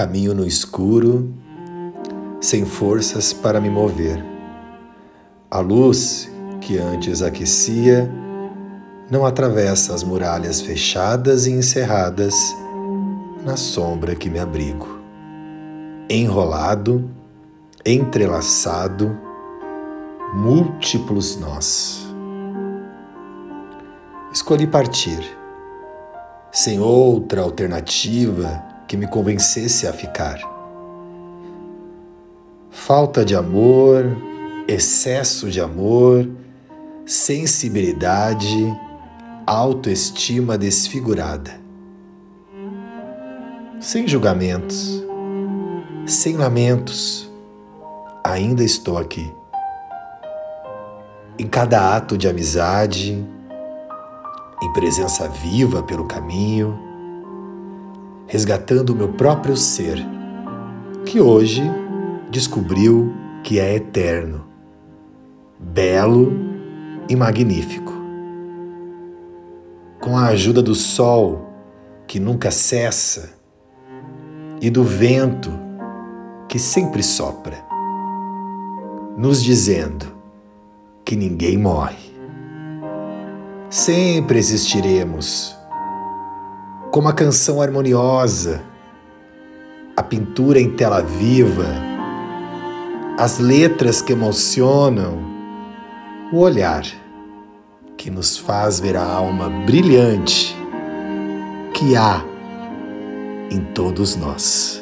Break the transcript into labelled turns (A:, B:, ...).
A: Caminho no escuro, sem forças para me mover. A luz que antes aquecia não atravessa as muralhas fechadas e encerradas na sombra que me abrigo. Enrolado, entrelaçado, múltiplos nós. Escolhi partir, sem outra alternativa que me convencesse a ficar. Falta de amor, excesso de amor, sensibilidade, autoestima desfigurada. Sem julgamentos, sem lamentos, ainda estou aqui. Em cada ato de amizade, em presença viva pelo caminho, resgatando o meu próprio ser, que hoje descobriu que é eterno, belo e magnífico. Com a ajuda do sol, que nunca cessa, e do vento, que sempre sopra, nos dizendo que ninguém morre. Sempre existiremos, como a canção harmoniosa, a pintura em tela viva, as letras que emocionam, o olhar que nos faz ver a alma brilhante que há em todos nós.